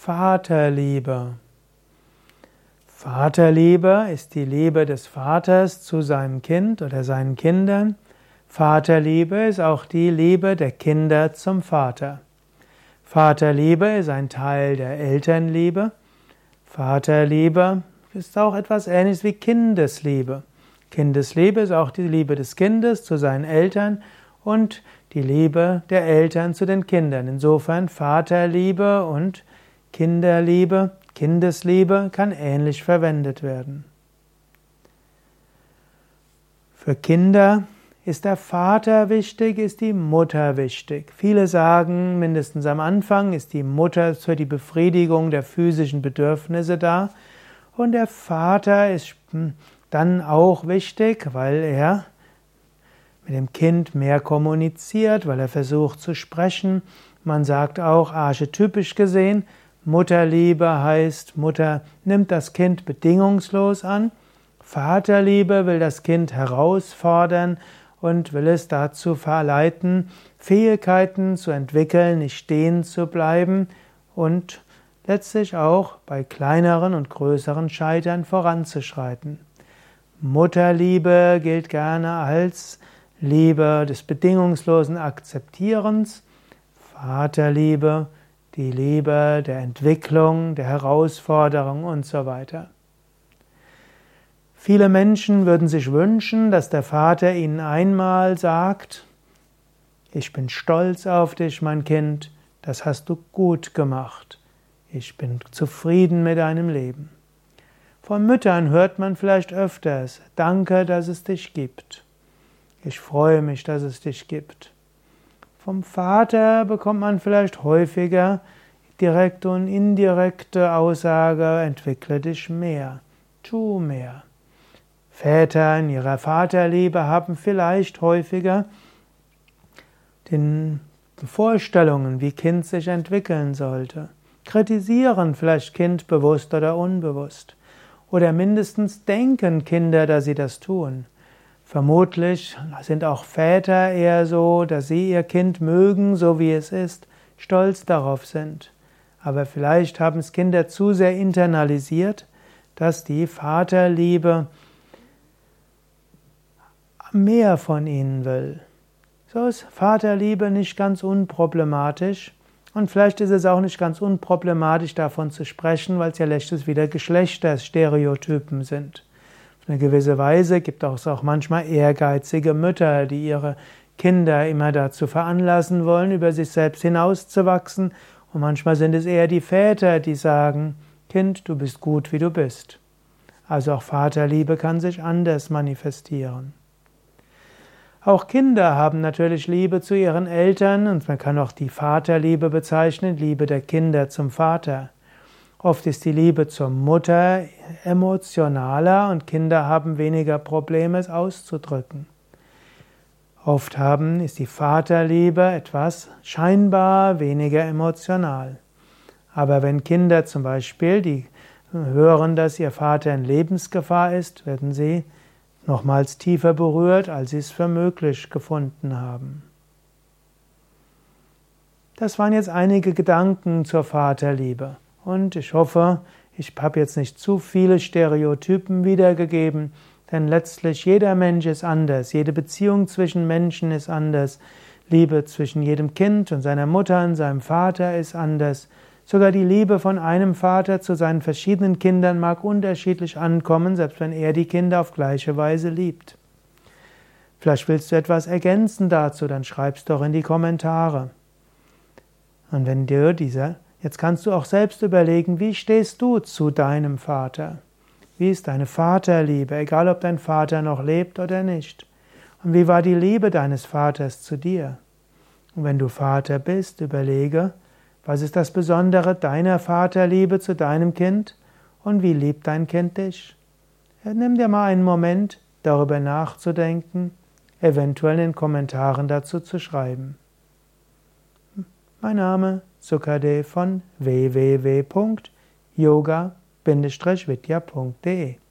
Vaterliebe. Vaterliebe ist die Liebe des Vaters zu seinem Kind oder seinen Kindern. Vaterliebe ist auch die Liebe der Kinder zum Vater. Vaterliebe ist ein Teil der Elternliebe. Vaterliebe ist auch etwas Ähnliches wie Kindesliebe. Kindesliebe ist auch die Liebe des Kindes zu seinen Eltern und die Liebe der Eltern zu den Kindern. Insofern Vaterliebe und Kinderliebe, Kindesliebe kann ähnlich verwendet werden. Für Kinder ist der Vater wichtig, ist die Mutter wichtig. Viele sagen, mindestens am Anfang ist die Mutter für die Befriedigung der physischen Bedürfnisse da und der Vater ist dann auch wichtig, weil er mit dem Kind mehr kommuniziert, weil er versucht zu sprechen. Man sagt auch, archetypisch gesehen, Mutterliebe heißt, Mutter nimmt das Kind bedingungslos an. Vaterliebe will das Kind herausfordern und will es dazu verleiten, Fähigkeiten zu entwickeln, nicht stehen zu bleiben und letztlich auch bei kleineren und größeren Scheitern voranzuschreiten. Mutterliebe gilt gerne als Liebe des bedingungslosen Akzeptierens, Vaterliebe, die Liebe der Entwicklung, der Herausforderung und so weiter. Viele Menschen würden sich wünschen, dass der Vater ihnen einmal sagt: Ich bin stolz auf dich, mein Kind, das hast du gut gemacht. Ich bin zufrieden mit deinem Leben. Von Müttern hört man vielleicht öfters: Danke, dass es dich gibt. Ich freue mich, dass es dich gibt. Vom Vater bekommt man vielleicht häufiger direkte und indirekte Aussage: Entwickle dich mehr, tu mehr. Väter in ihrer Vaterliebe haben vielleicht häufiger den Vorstellungen, wie Kind sich entwickeln sollte. Kritisieren vielleicht Kind bewusst oder unbewusst. Oder mindestens denken Kinder, dass sie das tun. Vermutlich sind auch Väter eher so, dass sie ihr Kind mögen, so wie es ist, stolz darauf sind. Aber vielleicht haben es Kinder zu sehr internalisiert, dass die Vaterliebe mehr von ihnen will. So ist Vaterliebe nicht ganz unproblematisch und vielleicht ist es auch nicht ganz unproblematisch davon zu sprechen, weil es ja letztlich wieder Geschlechterstereotypen sind. Auf eine gewisse Weise gibt es auch manchmal ehrgeizige Mütter, die ihre Kinder immer dazu veranlassen wollen, über sich selbst hinauszuwachsen, und manchmal sind es eher die Väter, die sagen: Kind, du bist gut, wie du bist. Also auch Vaterliebe kann sich anders manifestieren. Auch Kinder haben natürlich Liebe zu ihren Eltern und man kann auch die Vaterliebe bezeichnen, Liebe der Kinder zum Vater. Oft ist die Liebe zur Mutter emotionaler und Kinder haben weniger Probleme, es auszudrücken. Oft ist die Vaterliebe etwas scheinbar weniger emotional. Aber wenn Kinder zum Beispiel, die hören, dass ihr Vater in Lebensgefahr ist, werden sie nochmals tiefer berührt, als sie es für möglich gefunden haben. Das waren jetzt einige Gedanken zur Vaterliebe. Und ich hoffe, ich habe jetzt nicht zu viele Stereotypen wiedergegeben, denn letztlich jeder Mensch ist anders, jede Beziehung zwischen Menschen ist anders, Liebe zwischen jedem Kind und seiner Mutter und seinem Vater ist anders. Sogar die Liebe von einem Vater zu seinen verschiedenen Kindern mag unterschiedlich ankommen, selbst wenn er die Kinder auf gleiche Weise liebt. Vielleicht willst du etwas ergänzen dazu, dann schreib's doch in die Kommentare. Und wenn dir jetzt kannst du auch selbst überlegen, wie stehst du zu deinem Vater? Wie ist deine Vaterliebe, egal ob dein Vater noch lebt oder nicht? Und wie war die Liebe deines Vaters zu dir? Und wenn du Vater bist, überlege, was ist das Besondere deiner Vaterliebe zu deinem Kind und wie liebt dein Kind dich? Nimm dir mal einen Moment, darüber nachzudenken, eventuell in den Kommentaren dazu zu schreiben. Mein Name Sukadev von www.yoga-vidya.de